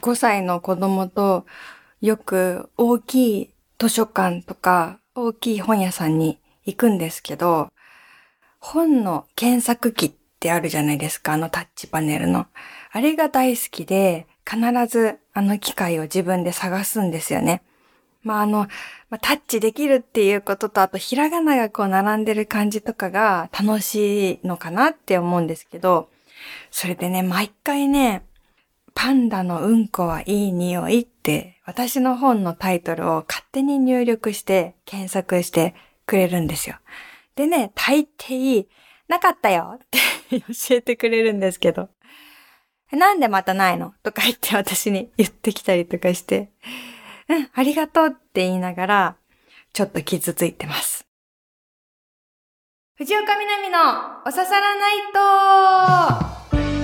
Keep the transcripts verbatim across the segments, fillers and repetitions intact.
ごさいの子供とよく大きい図書館とか大きい本屋さんに行くんですけど、本の検索機ってあるじゃないですか、あのタッチパネルの。あれが大好きで、必ずあの機械を自分で探すんですよね。まああの、まあ、タッチできるっていうことと、あとひらがながこう並んでる感じとかが楽しいのかなって思うんですけど、それでね、毎回ね、パンダのうんこはいい匂いって私の本のタイトルを勝手に入力して検索してくれるんですよ。でね、大抵、なかったよって教えてくれるんですけど、なんでまたないのとか言って私に言ってきたりとかして、うん、ありがとうって言いながら、ちょっと傷ついてます。藤岡みなみのおささらナイト。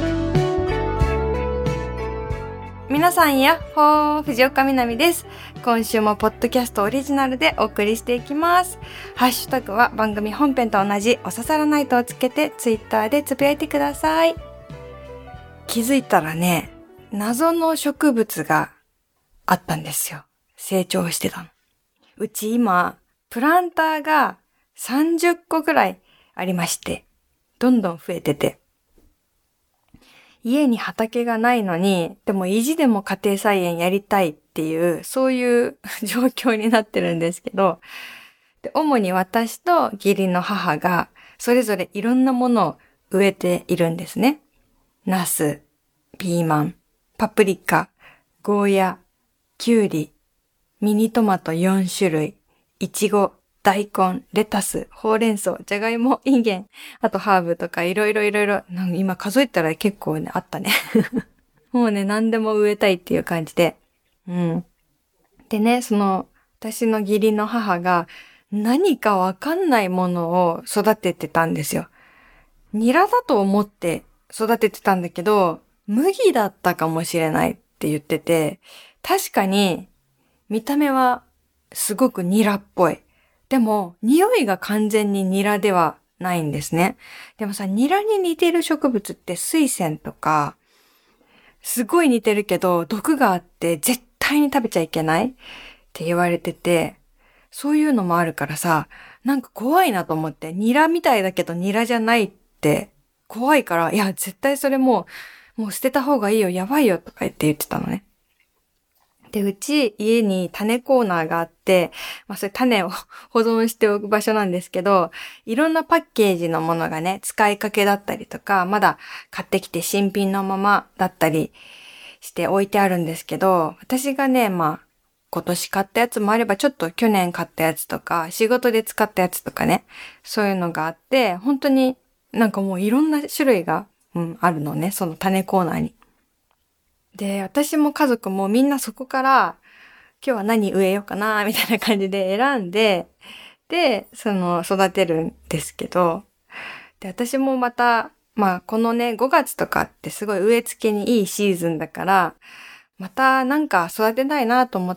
皆さんやっほー、藤岡みなみです。今週もポッドキャストオリジナルでお送りしていきます。ハッシュタグは番組本編と同じおささらナイトをつけてツイッターでつぶやいてください。気づいたらね、謎の植物があったんですよ。成長してたの。うち今、プランターがさんじゅっこぐらいありまして、どんどん増えてて。家に畑がないのに、でも意地でも家庭菜園やりたいっていう、そういう状況になってるんですけど、で主に私と義理の母が、それぞれいろんなものを植えているんですね。ナス、ピーマン、パプリカ、ゴーヤ、キュウリ、ミニトマトよんしゅるい、イチゴ、大根、レタス、ほうれん草、じゃがいも、インゲン、あとハーブとかいろいろいろいろ、今数えたら結構ね、あったね。もうね、何でも植えたいっていう感じで。うん。でね、その、私の義理の母が何かわかんないものを育ててたんですよ。ニラだと思って育ててたんだけど、麦だったかもしれないって言ってて、確かに見た目はすごくニラっぽい。でも、匂いが完全にニラではないんですね。でもさ、ニラに似てる植物って水仙とか、すごい似てるけど、毒があって絶対に食べちゃいけないって言われてて、そういうのもあるからさ、なんか怖いなと思って、ニラみたいだけどニラじゃないって怖いから、いや、絶対それもう、もう捨てた方がいいよ、やばいよとか言って言ってたのね。で、うち家に種コーナーがあって、まあそれ種を保存しておく場所なんですけど、いろんなパッケージのものがね、使いかけだったりとか、まだ買ってきて新品のままだったりして置いてあるんですけど、私がね、まあ今年買ったやつもあれば、ちょっと去年買ったやつとか、仕事で使ったやつとかね、そういうのがあって、本当になんかもういろんな種類が、うん、あるのね、その種コーナーに。で、私も家族もみんなそこから、今日は何植えようかな、みたいな感じで選んで、で、その、育てるんですけど、で、私もまた、まあ、このね、ごがつとかってすごい植え付けにいいシーズンだから、またなんか育てたいなと思って、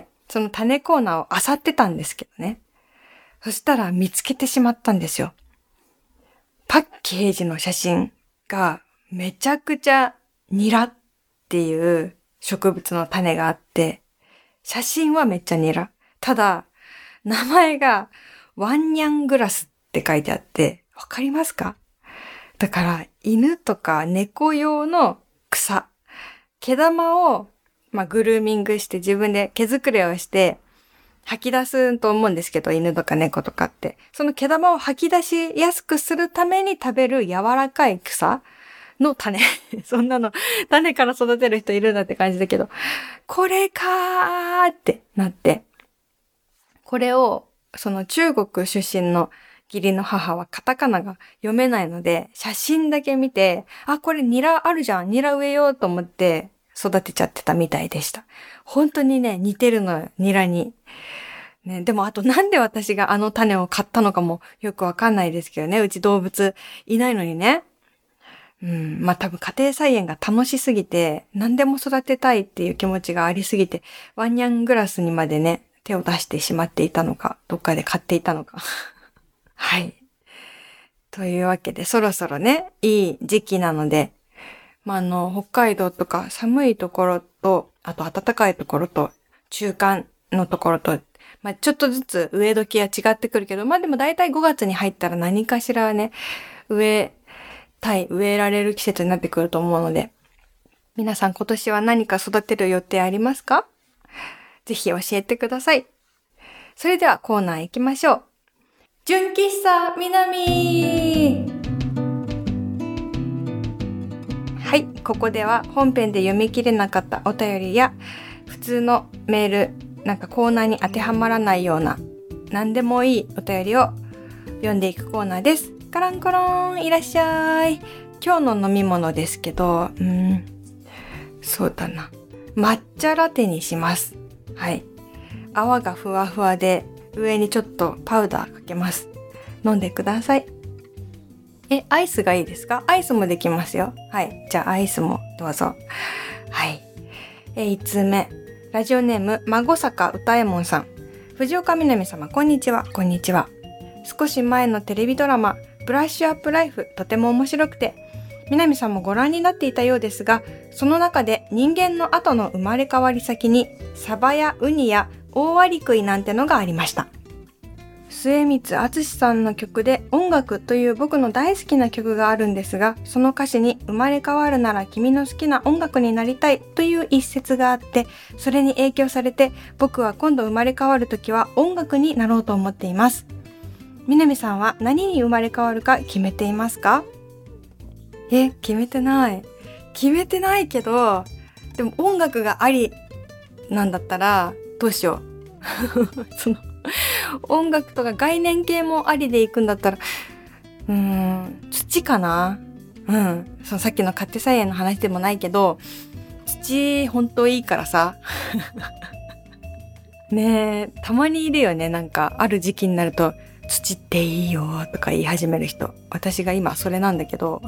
その種コーナーを漁ってたんですけどね。そしたら見つけてしまったんですよ。パッケージの写真がめちゃくちゃニラっていう植物の種があって、写真はめっちゃニラ。ただ、名前がワンニャングラスって書いてあって、わかりますか？だから、犬とか猫用の草。毛玉を、まあ、グルーミングして自分で毛づくれをして吐き出すと思うんですけど、犬とか猫とかって。その毛玉を吐き出しやすくするために食べる柔らかい草の種。そんなの、種から育てる人いるんだって感じだけど、これかーってなって。これを、その中国出身の義理の母はカタカナが読めないので、写真だけ見て、あ、これニラあるじゃん、ニラ植えようと思って育てちゃってたみたいでした。本当にね、似てるのよ、ニラに。ね、でもあとなんで私があの種を買ったのかもよくわかんないですけどね、うち動物いないのにね。うん、まあ多分家庭菜園が楽しすぎて、何でも育てたいっていう気持ちがありすぎて、ワンニャングラスにまでね、手を出してしまっていたのか、どっかで買っていたのか。はい。というわけで、そろそろね、いい時期なので、 まあ、あの、北海道とか寒いところと、あと暖かいところと、中間のところと、まあ、ちょっとずつ植え時は違ってくるけど、まあでも大体ごがつに入ったら何かしらね、植えたい、植えられる季節になってくると思うので、皆さん今年は何か育てる予定ありますか？ぜひ教えてください。それではコーナー行きましょう。純喫茶みなみ。はい、ここでは本編で読み切れなかったお便りや普通のメール、なんかコーナーに当てはまらないような何でもいいお便りを読んでいくコーナーです。カランコロン、いらっしゃい。今日の飲み物ですけど、うーん、そうだな。抹茶ラテにします。はい。泡がふわふわで上にちょっとパウダーかけます。飲んでください。え、アイスがいいですか？アイスもできますよ。はい。じゃあアイスもどうぞ。はい。え、いつつめ。ラジオネーム、孫坂歌右衛門さん。藤岡みなみ様、こんにちは。こんにちは。少し前のテレビドラマ、ブラッシュアップライフ、とても面白くて、みなみさんもご覧になっていたようですが、その中で人間の後の生まれ変わり先に、サバやウニやオオアリクイなんてのがありました。末光敦さんの曲で音楽という僕の大好きな曲があるんですが、その歌詞に生まれ変わるなら君の好きな音楽になりたいという一節があって、それに影響されて僕は今度生まれ変わるときは音楽になろうと思っています。みなみさんは何に生まれ変わるか決めていますか？え、決めてない。決めてないけど、でも音楽がありなんだったらどうしよう。その音楽とか概念系もありでいくんだったら、うーん、土かな？うん。そのさっきの家庭菜園の話でもないけど、土ほんといいからさ。ねえ、たまにいるよね。なんか、ある時期になると、土っていいよとか言い始める人。私が今それなんだけど。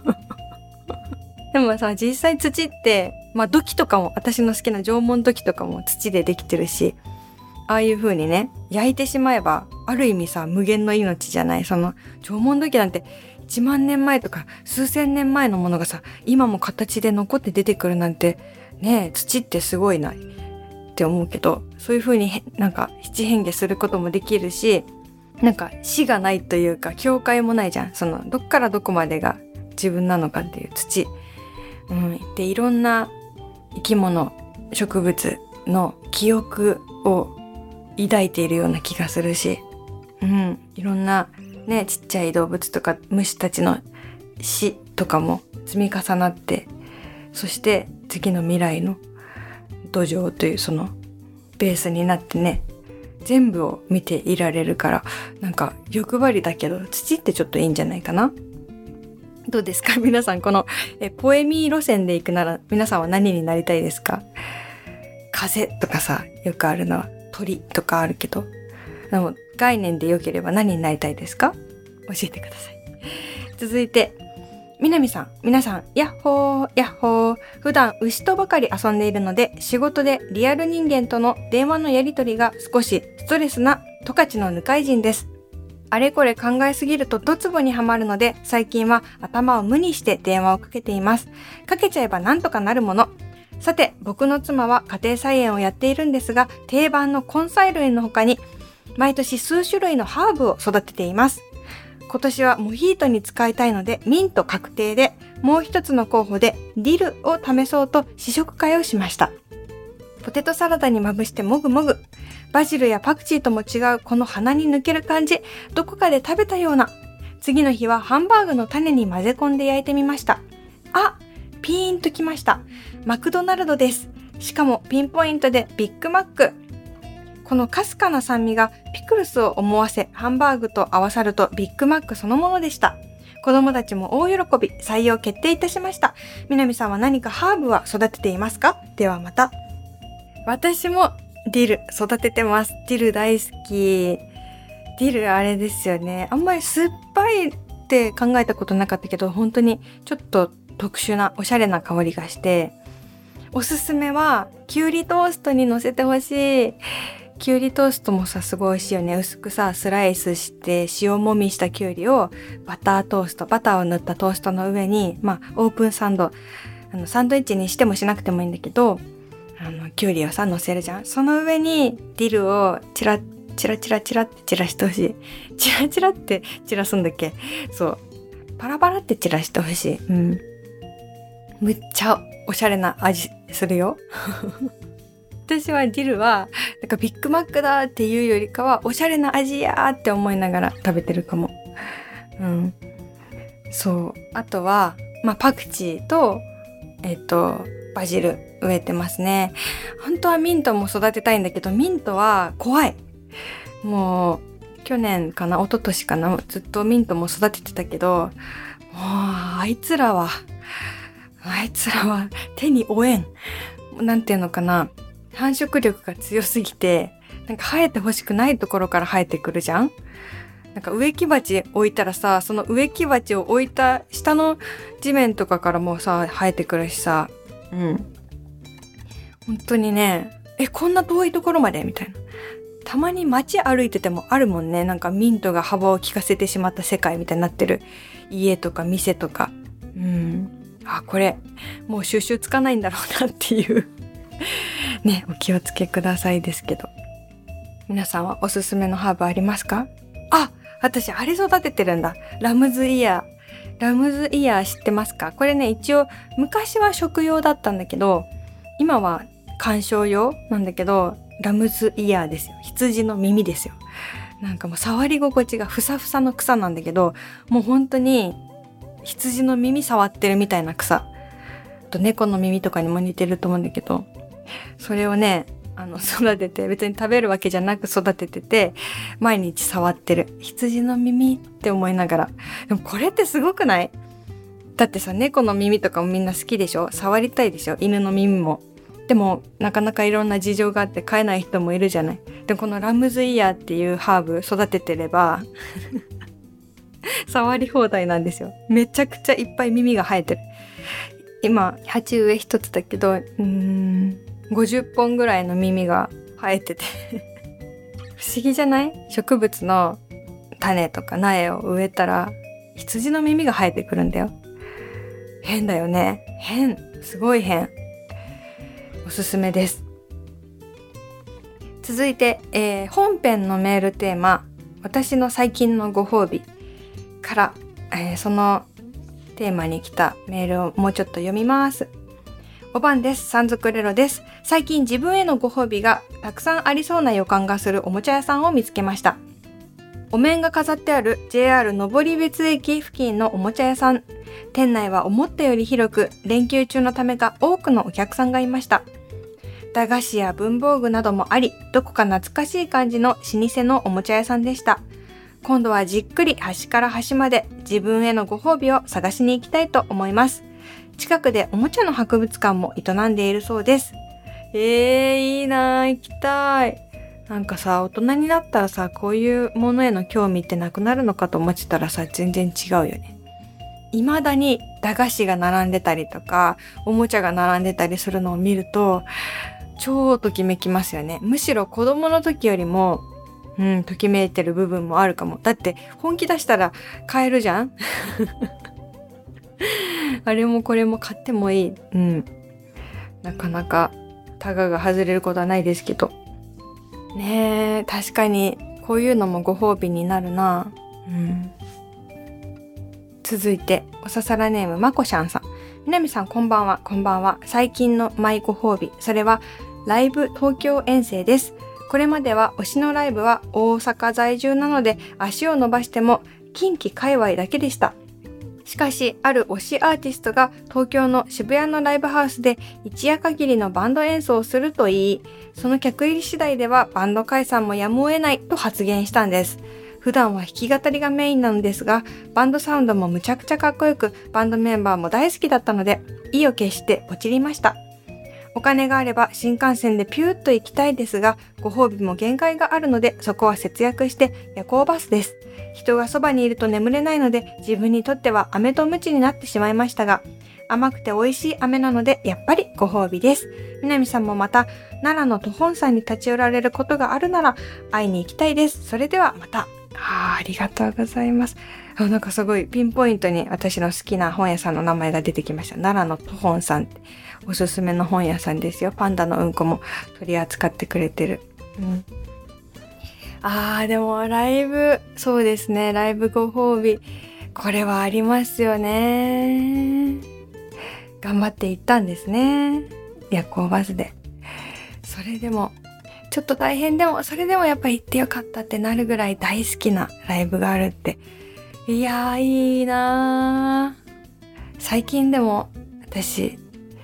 でもさ、実際土って、まあ土器とかも、私の好きな縄文土器とかも土でできてるし、ああいう風にね、焼いてしまえば、ある意味さ、無限の命じゃない。その、縄文土器なんて、いちまんねんまえとか、数千年前のものがさ、今も形で残って出てくるなんて、ねえ、土ってすごいな、って思うけど、そういう風になんか、七変化することもできるし、なんか、死がないというか、境界もないじゃん。その、どっからどこまでが自分なのかっていう土。うん。で、いろんな生き物、植物の記憶を抱いているような気がするし、うん、いろんなね、ちっちゃい動物とか虫たちの死とかも積み重なって、そして次の未来の土壌というそのベースになってね、全部を見ていられるから、なんか欲張りだけど土ってちょっといいんじゃないかな。どうですか皆さん、このえポエミー路線で行くなら皆さんは何になりたいですか？風とかさ、よくあるのは鳥とかあるけど、でも概念で良ければ何になりたいですか？教えてください。続いて、みなみさん、皆さん、やっほー、やっほー。普段牛とばかり遊んでいるので、仕事でリアル人間との電話のやりとりが少しストレスな十勝のぬかい人です。あれこれ考えすぎるとドツボにはまるので、最近は頭を無にして電話をかけています。かけちゃえばなんとかなるもの。さて、僕の妻は家庭菜園をやっているんですが、定番の根菜類の他に、毎年数種類のハーブを育てています。今年はモヒートに使いたいので、ミント確定で、もう一つの候補でディルを試そうと試食会をしました。ポテトサラダにまぶしてもぐもぐ。バジルやパクチーとも違うこの鼻に抜ける感じ、どこかで食べたような。次の日はハンバーグの種に混ぜ込んで焼いてみました。あ、ピーンときました。マクドナルドです。しかもピンポイントでビッグマック。このかすかな酸味がピクルスを思わせ、ハンバーグと合わさるとビッグマックそのものでした。子供たちも大喜び、採用決定いたしました。みなみさんは何かハーブは育てていますか？ではまた。私もディル育ててます。ディル大好き。ディルあれですよね。あんまり酸っぱいって考えたことなかったけど、本当にちょっと特殊なおしゃれな香りがして、おすすめはキュウリトーストに乗せてほしい。 きゅうりトーストもさすごい美味しいよね。薄くさスライスして塩もみしたきゅうりをバタートースト、バターを塗ったトーストの上に、まあオープンサンド、あのサンドイッチにしてもしなくてもいいんだけど、あのきゅうりをさ乗せるじゃん。その上にディルをチラチラチラチラって散らしてほしい。チラチラって散らすんだっけ？そう。パラパラって散らしてほしい。うん。むっちゃおしゃれな味するよ。私はディルはなんかビッグマックだっていうよりかはおしゃれな味やーって思いながら食べてるかも。うん。そう。あとは、まあ、パクチーと、えっと、バジル植えてますね。本当はミントも育てたいんだけど、ミントは怖い。もう、去年かな、一昨年かな、ずっとミントも育ててたけど、もう、あいつらは、あいつらは手に負えん。なんていうのかな、繁殖力が強すぎて、なんか生えてほしくないところから生えてくるじゃん？なんか植木鉢置いたらさ、その植木鉢を置いた下の地面とかからもさ、生えてくるしさ、うん。本当にね、え、こんな遠いところまでみたいな。たまに街歩いててもあるもんね。なんかミントが幅を利かせてしまった世界みたいになってる家とか店とか。うん。あ、これ、もう収集つかないんだろうなっていう。ね、お気をつけくださいですけど。皆さんはおすすめのハーブありますか？あ、私あれ育ててるんだ。ラムズイヤー。ラムズイヤー知ってますか？これね、一応昔は食用だったんだけど、今は観賞用なんだけど、ラムズイヤーですよ。羊の耳ですよ。なんかもう触り心地がふさふさの草なんだけど、もう本当に羊の耳触ってるみたいな草。あと猫の耳とかにも似てると思うんだけど、それをね、あの育てて、別に食べるわけじゃなく育ててて、毎日触ってる。羊の耳って思いながら。でもこれってすごくない？だってさ、猫の耳とかもみんな好きでしょ？触りたいでしょ？犬の耳も。でもなかなかいろんな事情があって飼えない人もいるじゃない。でこのラムズイヤーっていうハーブ育ててれば触り放題なんですよ。めちゃくちゃいっぱい耳が生えてる。今鉢植え一つだけど、うーんごじゅっぽんぐらいの耳が生えてて不思議じゃない？植物の種とか苗を植えたら羊の耳が生えてくるんだよ。変だよね。変。すごい変。おすすめです。続いて、えー、本編のメールテーマ、私の最近のご褒美から、えー、そのテーマに来たメールをもうちょっと読みます。おばんです。さんずくレロです。最近自分へのご褒美がたくさんありそうな予感がするおもちゃ屋さんを見つけました。お面が飾ってある ジェイアール 登別駅付近のおもちゃ屋さん。店内は思ったより広く、連休中のためか多くのお客さんがいました。駄菓子や文房具などもあり、どこか懐かしい感じの老舗のおもちゃ屋さんでした。今度はじっくり端から端まで自分へのご褒美を探しに行きたいと思います。近くでおもちゃの博物館も営んでいるそうです。えー、いいなぁ、行きたい。なんかさ、大人になったらさ、こういうものへの興味ってなくなるのかと思ってたらさ、全然違うよね。未だに駄菓子が並んでたりとか、おもちゃが並んでたりするのを見ると、超ときめきますよね。むしろ子供の時よりも、うん、ときめいてる部分もあるかも。だって本気出したら買えるじゃんあれもこれも買ってもいい。うん。なかなかタガが外れることはないですけど。ねえ、確かにこういうのもご褒美になるな。うん。続いて、おささらネームまこしゃんさん。みなみさんこんばんは、こんばんは。最近のマイご褒美、それはライブ東京遠征です。これまでは推しのライブは大阪在住なので足を伸ばしても近畿界隈だけでした。しかし、ある推しアーティストが東京の渋谷のライブハウスで一夜限りのバンド演奏をすると言い、その客入り次第ではバンド解散もやむを得ないと発言したんです。普段は弾き語りがメインなのですが、バンドサウンドもむちゃくちゃかっこよく、バンドメンバーも大好きだったので、意を決してポチりました。お金があれば新幹線でピューッと行きたいですが、ご褒美も限界があるので、そこは節約して夜行バスです。人がそばにいると眠れないので、自分にとっては飴とムチになってしまいましたが、 甘くて美味しい飴なのでやっぱりご褒美です。みなみさんもまた奈良の都本山に立ち寄られることがあるなら会いに行きたいです。それではまた。あー、ありがとうございます。あ、なんかすごいピンポイントに私の好きな本屋さんの名前が出てきました。奈良の都本山っておすすめの本屋さんですよ。パンダのうんこも取り扱ってくれてる。うん、あー、でもライブ、そうですね、ライブご褒美。これはありますよね。頑張って行ったんですね。夜行バスで。それでも、ちょっと大変でも、それでもやっぱ行ってよかったってなるぐらい大好きなライブがあるって。いやー、いいなー。最近でも、私、うーん、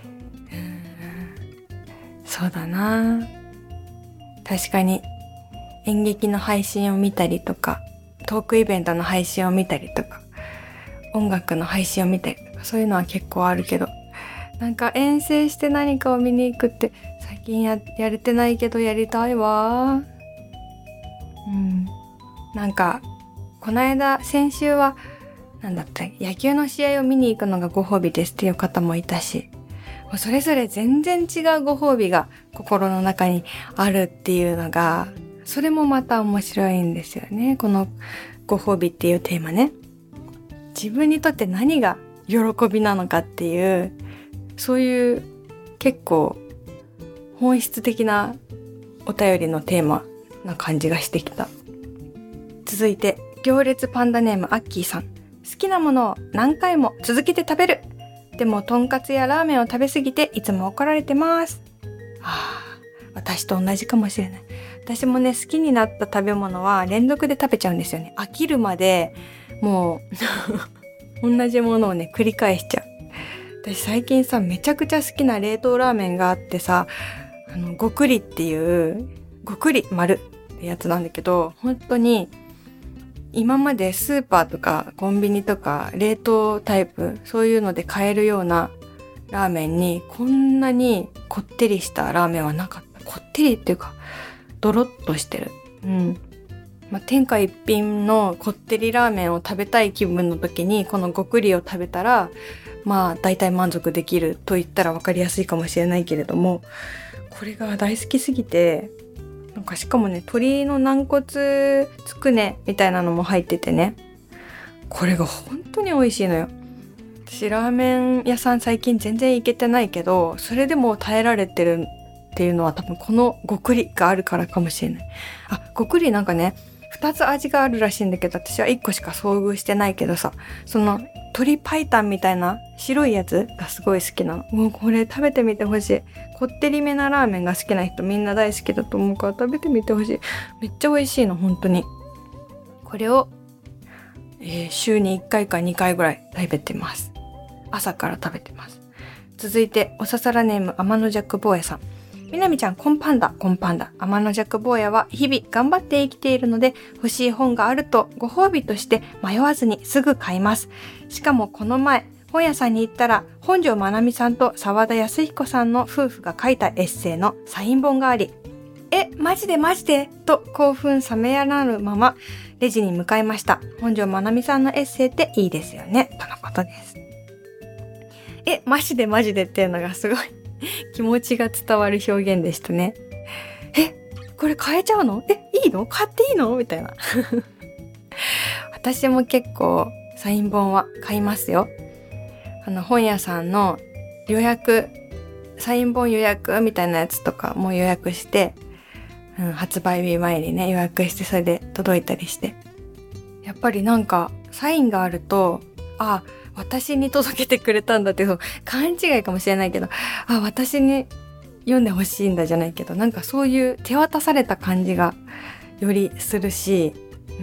そうだなー。確かに、演劇の配信を見たりとか、トークイベントの配信を見たりとか、音楽の配信を見たりとか、そういうのは結構あるけど、なんか遠征して何かを見に行くって最近 や, やれてないけどやりたいわ。うん。なんかこの間先週はなんだった野球の試合を見に行くのがご褒美ですっていう方もいたし、それぞれ全然違うご褒美が心の中にあるっていうのが、それもまた面白いんですよね。このご褒美っていうテーマね。自分にとって何が喜びなのかっていう、そういう結構本質的なお便りのテーマな感じがしてきた。続いて、行列パンダネームアッキーさん。好きなものを何回も続けて食べる。でも、とんかつやラーメンを食べ過ぎていつも怒られてます。ああ、私と同じかもしれない。私もね、好きになった食べ物は連続で食べちゃうんですよね。飽きるまで、もう、同じものをね、繰り返しちゃう。私最近さ、めちゃくちゃ好きな冷凍ラーメンがあってさ、あの、ごくりっていう、ごくり丸ってやつなんだけど、本当に、今までスーパーとかコンビニとか冷凍タイプ、そういうので買えるようなラーメンに、こんなにこってりしたラーメンはなかった。こってりっていうか、ドロッとしてる。うん。まあ、天下一品のこってりラーメンを食べたい気分の時に、このごくりを食べたら、まあ、大体満足できると言ったら分かりやすいかもしれないけれども、これが大好きすぎて、なんかしかもね、鶏の軟骨つくねみたいなのも入っててね、これが本当に美味しいのよ。私ラーメン屋さん最近全然行けてないけど、それでも耐えられてるっていうのは多分このごくりがあるからかもしれない。あ、ごくりなんかね、二つ味があるらしいんだけど、私は一個しか遭遇してないけどさ、その鶏白湯みたいな白いやつがすごい好きなの。もうこれ食べてみてほしい。こってりめなラーメンが好きな人みんな大好きだと思うから食べてみてほしい。めっちゃ美味しいの、本当に。これを、えー、週にいっかいかにかいぐらい食べてます。朝から食べてます。続いて、おささらネーム天の弱坊やさん。みなみちゃん、コンパンダ、コンパンダ。天の弱坊やは日々頑張って生きているので、欲しい本があるとご褒美として迷わずにすぐ買います。しかもこの前、本屋さんに行ったら、本上まなみさんと沢田康彦さんの夫婦が書いたエッセイのサイン本があり、え、マジでマジでと興奮冷めやらぬまま、レジに向かいました。本上まなみさんのエッセイっていいですよね、とのことです。え、マジでマジでっていうのがすごい気持ちが伝わる表現でしたね。え、これ買えちゃうの？え、いいの？買っていいの？みたいな。私も結構サイン本は買いますよ。あの本屋さんの予約、サイン本予約みたいなやつとかも予約して、うん、発売日前にね予約してそれで届いたりして。やっぱりなんかサインがあると、あ、私に届けてくれたんだっていう勘違いかもしれないけど、あ、私に読んでほしいんだじゃないけど、なんかそういう手渡された感じがよりするし、うん、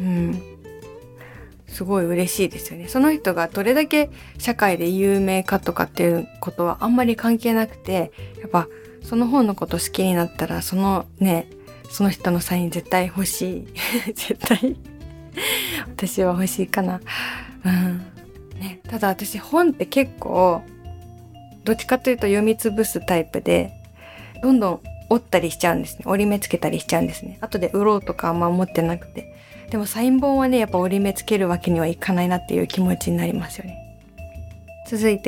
すごい嬉しいですよね。その人がどれだけ社会で有名かとかっていうことはあんまり関係なくて、やっぱその本のこと好きになったら、そのね、その人のサイン絶対欲しい。絶対私は欲しいかな。うんね、ただ私本って結構どっちかというと読みつぶすタイプで、どんどん折ったりしちゃうんですね。折り目つけたりしちゃうんですね。後で売ろうとかあんま思ってなくて。でもサイン本はね、やっぱ折り目つけるわけにはいかないなっていう気持ちになりますよね。続いて、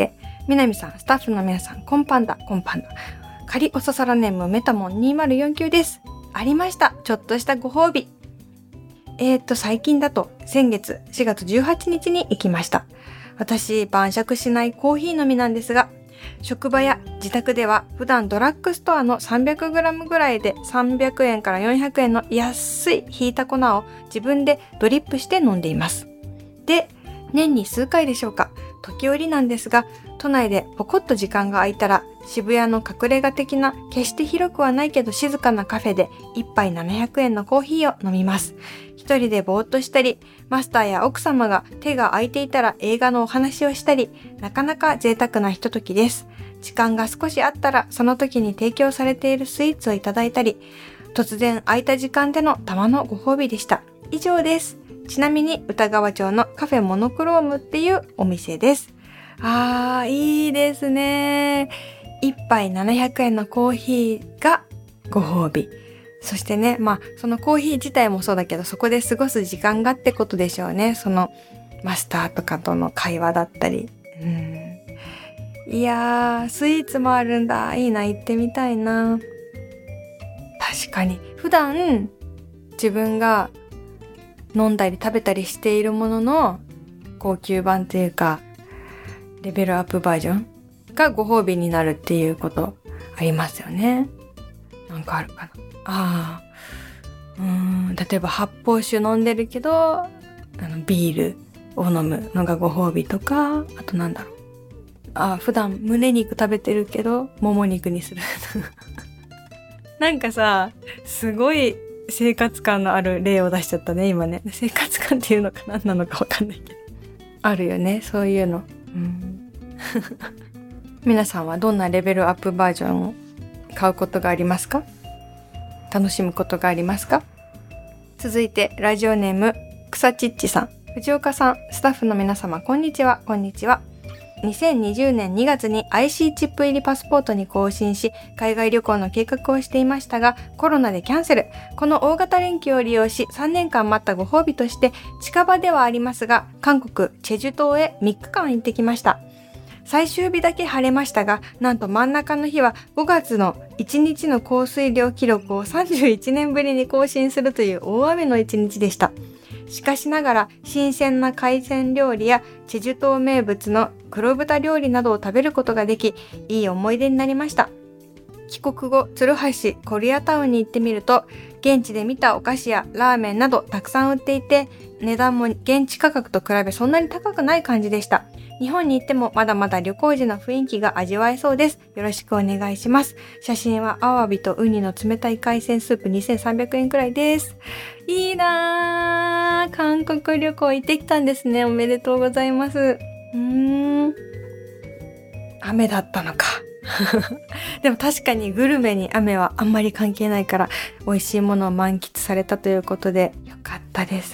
みなみさん、スタッフの皆さん、こんぱんだ、こんぱんだ。仮おささらネームメタモンにまるよんきゅうです。ありました。ちょっとしたご褒美。えーっと、最近だと、先月しがつじゅうはちにちに行きました。私、晩酌しないコーヒー飲みなんですが、職場や自宅では普段ドラッグストアの さんびゃくグラム ぐらいでさんびゃくえんからよんひゃくえんの安いひいた粉を自分でドリップして飲んでいます。で、年に数回でしょうか、時折なんですが、都内でポコッと時間が空いたら渋谷の隠れ家的な決して広くはないけど静かなカフェで一杯ななひゃくえんのコーヒーを飲みます。一人でぼーっとしたり、マスターや奥様が手が空いていたら映画のお話をしたり、なかなか贅沢なひとときです。時間が少しあったらその時に提供されているスイーツをいただいたり、突然空いた時間でのたまのご褒美でした。以上です。ちなみに歌川町のカフェモノクロームっていうお店です。あー、いいですね。一杯ななひゃくえんのコーヒーがご褒美。そしてね、まあそのコーヒー自体もそうだけど、そこで過ごす時間がってことでしょうね。そのマスターとかとの会話だったり。うん、いやー、スイーツもあるんだ。いいな、行ってみたいな。確かに普段自分が飲んだり食べたりしているものの高級版というかレベルアップバージョンがご褒美になるっていうことありますよね。なんかあるかな。ああ、うーん、例えば発泡酒飲んでるけどあのビールを飲むのがご褒美とか、あとなんだろう、あ、普段胸肉食べてるけどもも肉にするなんかさ、すごい生活感のある例を出しちゃったね今ね。生活感っていうのか何なのかわかんないけどあるよね、そういうの。うん皆さんはどんなレベルアップバージョンを買うことがありますか？楽しむことがありますか？続いてラジオネーム草ちっちさん、藤岡さん、スタッフの皆様、こんにちは。こんにちは。にせんにじゅうねんにがつに アイシー チップ入りパスポートに更新し、海外旅行の計画をしていましたが、コロナでキャンセル。この大型連休を利用し、さんねんかん待ったご褒美として、近場ではありますが、韓国チェジュ島へみっかかん行ってきました。最終日だけ晴れましたが、なんと真ん中の日はごがつのいちにちの降水量記録をさんじゅういちねんぶりに更新するという大雨の一日でした。しかしながら新鮮な海鮮料理やチェジュ島名物の黒豚料理などを食べることができ、いい思い出になりました。帰国後、鶴橋コリアタウンに行ってみると、現地で見たお菓子やラーメンなどたくさん売っていて、値段も現地価格と比べそんなに高くない感じでした。日本に行ってもまだまだ旅行時の雰囲気が味わえそうです。よろしくお願いします。写真はアワビとウニの冷たい海鮮スープにせんさんびゃくえんくらいです。いいなー。韓国旅行行ってきたんですね。おめでとうございます。うーん。雨だったのか。でも確かにグルメに雨はあんまり関係ないから美味しいものを満喫されたということでよかったです。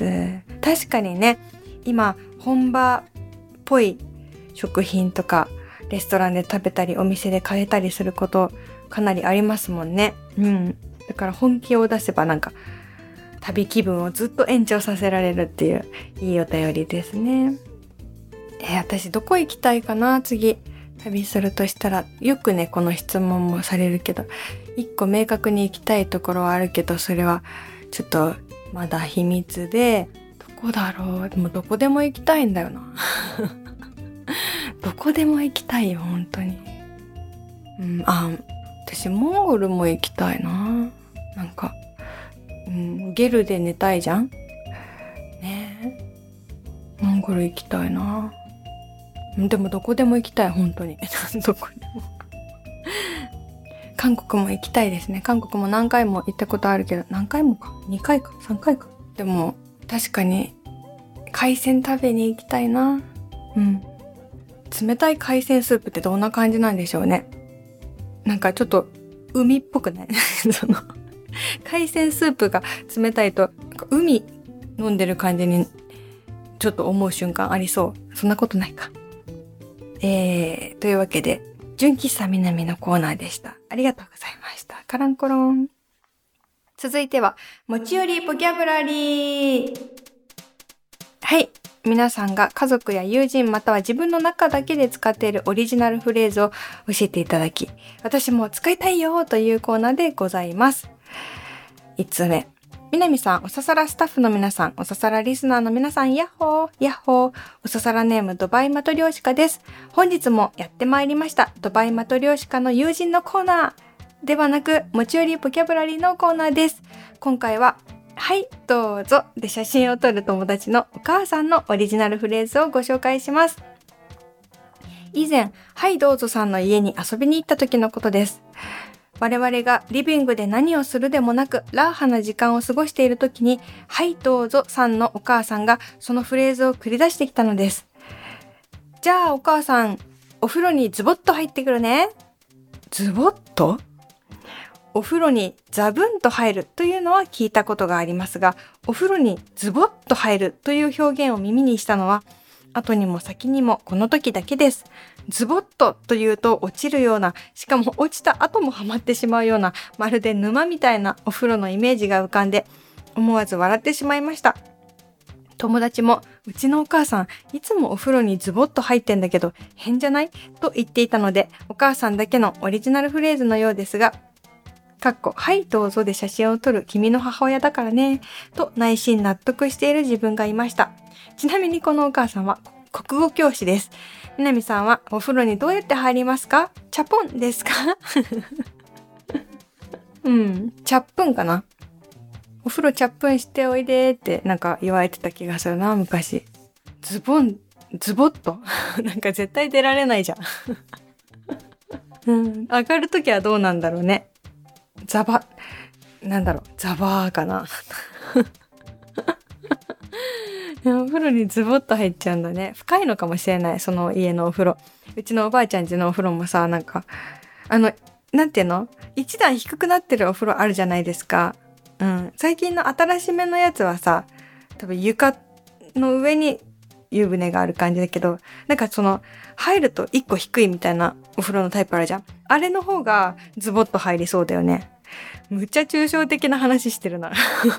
確かにね、今本場っぽい食品とかレストランで食べたりお店で買えたりすることかなりありますもんね。うん。だから本気を出せばなんか旅気分をずっと延長させられるっていういいお便りですね。えー、私どこ行きたいかな次。旅するとしたら、よくねこの質問もされるけど、一個明確に行きたいところはあるけど、それはちょっとまだ秘密で、どこだろう。でもどこでも行きたいんだよなどこでも行きたいよ本当に。うん、あ、私モンゴルも行きたいな。なんか、うん、ゲルで寝たいじゃんねえ。モンゴル行きたいな。でもどこでも行きたい本当にどこでも韓国も行きたいですね。韓国も何回も行ったことあるけど、何回もかにかいかさんかいか。でも確かに海鮮食べに行きたいな。うん。冷たい海鮮スープってどんな感じなんでしょうね。なんかちょっと海っぽくないその海鮮スープが冷たいと海飲んでる感じにちょっと思う瞬間ありそう。そんなことないか。えー、というわけで、純喫茶みなみのコーナーでした。ありがとうございました。カランコロン。続いては、持ち寄りボキャブラリー。はい。 皆さんが家族や友人または自分の中だけで使っているオリジナルフレーズを教えていただき、私も使いたいよというコーナーでございます。いつつめ。みなみさん、おささらスタッフの皆さん、おささらリスナーの皆さん、ヤッホー、ヤッホー、おささらネームドバイマトリョーシカです。本日もやってまいりました、ドバイマトリョーシカの友人のコーナー。ではなく、持ち寄りボキャブラリーのコーナーです。今回は、はい、どうぞで写真を撮る友達のお母さんのオリジナルフレーズをご紹介します。以前、はいどうぞさんの家に遊びに行った時のことです。我々がリビングで何をするでもなくラーハな時間を過ごしている時に、はいどうぞさんのお母さんがそのフレーズを繰り出してきたのです。じゃあお母さん、お風呂にズボッと入ってくるね。ズボッと？お風呂にザブンと入るというのは聞いたことがありますが、お風呂にズボッと入るという表現を耳にしたのは後にも先にもこの時だけです。ズボッとというと落ちるような、しかも落ちた後もハマってしまうような、まるで沼みたいなお風呂のイメージが浮かんで、思わず笑ってしまいました。友達も、うちのお母さん、いつもお風呂にズボッと入ってんだけど、変じゃない？と言っていたので、お母さんだけのオリジナルフレーズのようですが、かっこ、はいどうぞで写真を撮る君の母親だからね、と内心納得している自分がいました。ちなみにこのお母さんは国語教師です。みなみさんはお風呂にどうやって入りますか？チャポンですか？うん、チャップンかな？お風呂チャップンしておいでってなんか言われてた気がするな、昔。ズボン、ズボッとなんか絶対出られないじゃん。うん、上がるときはどうなんだろうね。ザバ、なんだろう、ザバーかな。お風呂にズボッと入っちゃうんだね。深いのかもしれない、その家のお風呂。うちのおばあちゃん家のお風呂もさ、なんか、あの、なんていうの？一段低くなってるお風呂あるじゃないですか。うん。最近の新しめのやつはさ、多分床の上に湯船がある感じだけど、なんかその、入ると一個低いみたいなお風呂のタイプあるじゃん。あれの方がズボッと入りそうだよね。むっちゃ抽象的な話してるな。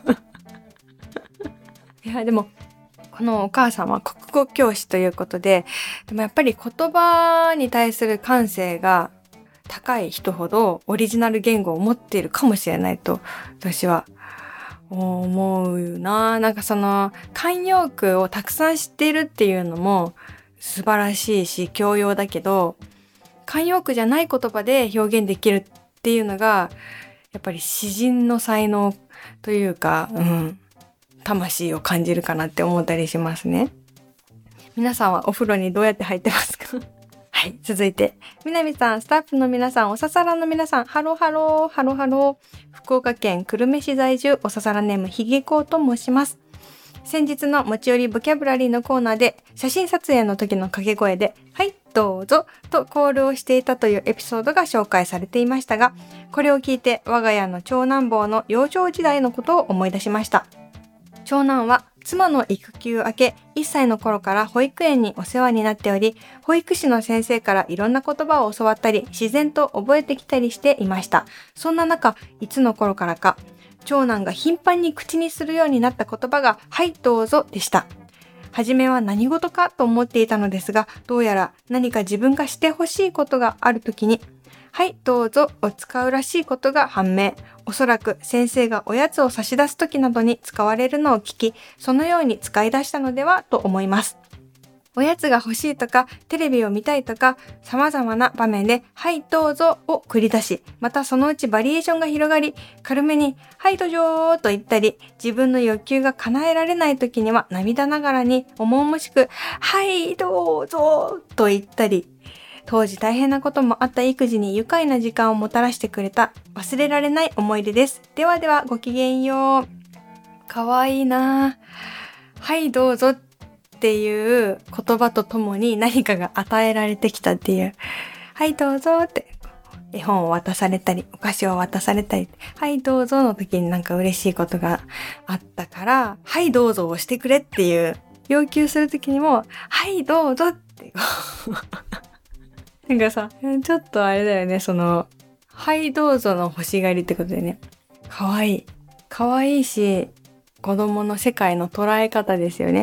いや、でも、このお母さんは国語教師ということで、でもやっぱり言葉に対する感性が高い人ほどオリジナル言語を持っているかもしれないと私は思うな。なんかその慣用句をたくさん知っているっていうのも素晴らしいし教養だけど、慣用句じゃない言葉で表現できるっていうのがやっぱり詩人の才能というか、うん。魂を感じるかなって思ったりしますね。皆さんはお風呂にどうやって入ってますか？はい、続いて、みなみさん、スタッフの皆さん、おささらの皆さん、ハローハロー、ハローハロー。福岡県久留米市在住、おささらネームひげこうと申します。先日の持ち寄りボキャブラリーのコーナーで、写真撮影の時の掛け声で、はい、どうぞ、とコールをしていたというエピソードが紹介されていましたが、これを聞いて我が家の長男坊の幼少時代のことを思い出しました。長男は妻の育休明けいっさいの頃から保育園にお世話になっており、保育士の先生からいろんな言葉を教わったり、自然と覚えてきたりしていました。そんな中、いつの頃からか、長男が頻繁に口にするようになった言葉が、はいどうぞでした。はじめは何事かと思っていたのですが、どうやら何か自分がしてほしいことがあるときに、はいどうぞを使うらしいことが判明。おそらく先生がおやつを差し出すときなどに使われるのを聞き、そのように使い出したのではと思います。おやつが欲しいとか、テレビを見たいとか、様々な場面で、はいどうぞを繰り出し、またそのうちバリエーションが広がり、軽めに、はいどうぞと言ったり、自分の欲求が叶えられない時には涙ながらに重々しく、はいどうぞと言ったり、当時大変なこともあった育児に愉快な時間をもたらしてくれた忘れられない思い出です。ではではごきげんよう。かわいいな。はいどうぞっていう言葉とともに何かが与えられてきたっていう。はいどうぞって絵本を渡されたりお菓子を渡されたり、はいどうぞの時になんか嬉しいことがあったから、はいどうぞをしてくれっていう要求する時にもはいどうぞってなんかさ、ちょっとあれだよね、その、はいどうぞの欲しがりってことでね。かわいい。かわいいし、子供の世界の捉え方ですよね。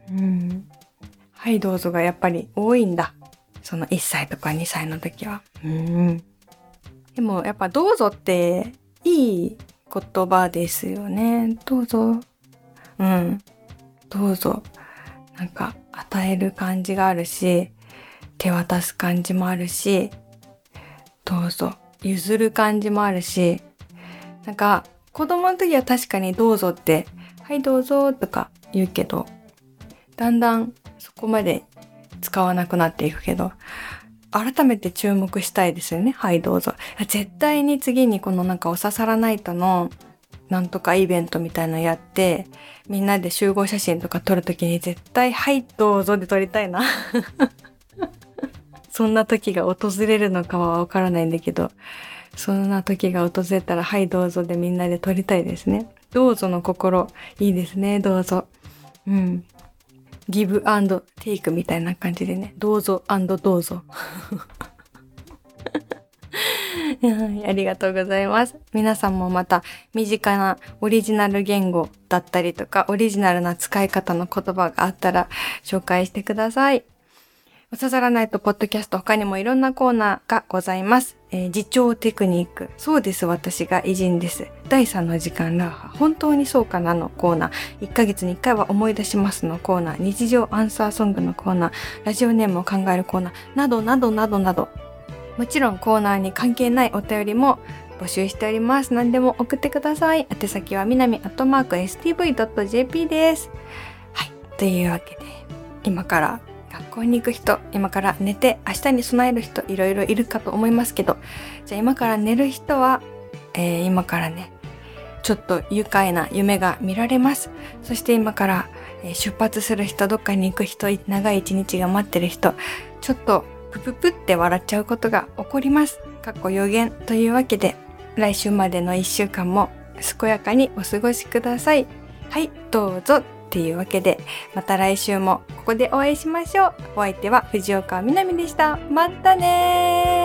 うん。はいどうぞがやっぱり多いんだ。そのいっさいとかにさいの時は。うん。でもやっぱどうぞっていい言葉ですよね。どうぞ。うん。どうぞ。なんか与える感じがあるし、手渡す感じもあるし、どうぞ。譲る感じもあるし、なんか子供の時は確かにどうぞって、はいどうぞとか言うけど、だんだんそこまで使わなくなっていくけど、改めて注目したいですよね。はいどうぞ。絶対に次にこのなんかおささらナイトのなんとかイベントみたいなのやって、みんなで集合写真とか撮るときに絶対はいどうぞで撮りたいな。そんな時が訪れるのかはわからないんだけど、そんな時が訪れたらはいどうぞでみんなで撮りたいですね。どうぞの心、いいですね、どうぞ。うん。ギブアンドテイクみたいな感じでね。どうぞアンドどうぞ。ありがとうございます。皆さんもまた身近なオリジナル言語だったりとか、オリジナルな使い方の言葉があったら紹介してください。おささらないとポッドキャスト他にもいろんなコーナーがございます。えー、自重テクニック。そうです、私が偉人です。だいさんの時間ラーハ。本当にそうかなのコーナー。いっかげつにいっかいは思い出しますのコーナー。日常アンサーソングのコーナー。ラジオネームを考えるコーナー。などなどなどなど。もちろんコーナーに関係ないお便りも募集しております。何でも送ってください。宛先はみなみアットマーク エスティーブイドットジェーピー です。はい。というわけで、今から学校に行く人、今から寝て明日に備える人、いろいろいるかと思いますけど、じゃあ今から寝る人は、えー、今からね、ちょっと愉快な夢が見られます。そして今から、えー、出発する人、どっかに行く人、長い一日が待ってる人、ちょっとプププって笑っちゃうことが起こります。かっこ予言というわけで、来週までの一週間も健やかにお過ごしください。はい、どうぞ。っていうわけで、また来週もここでお会いしましょう。お相手は藤岡みなみでした。またねー。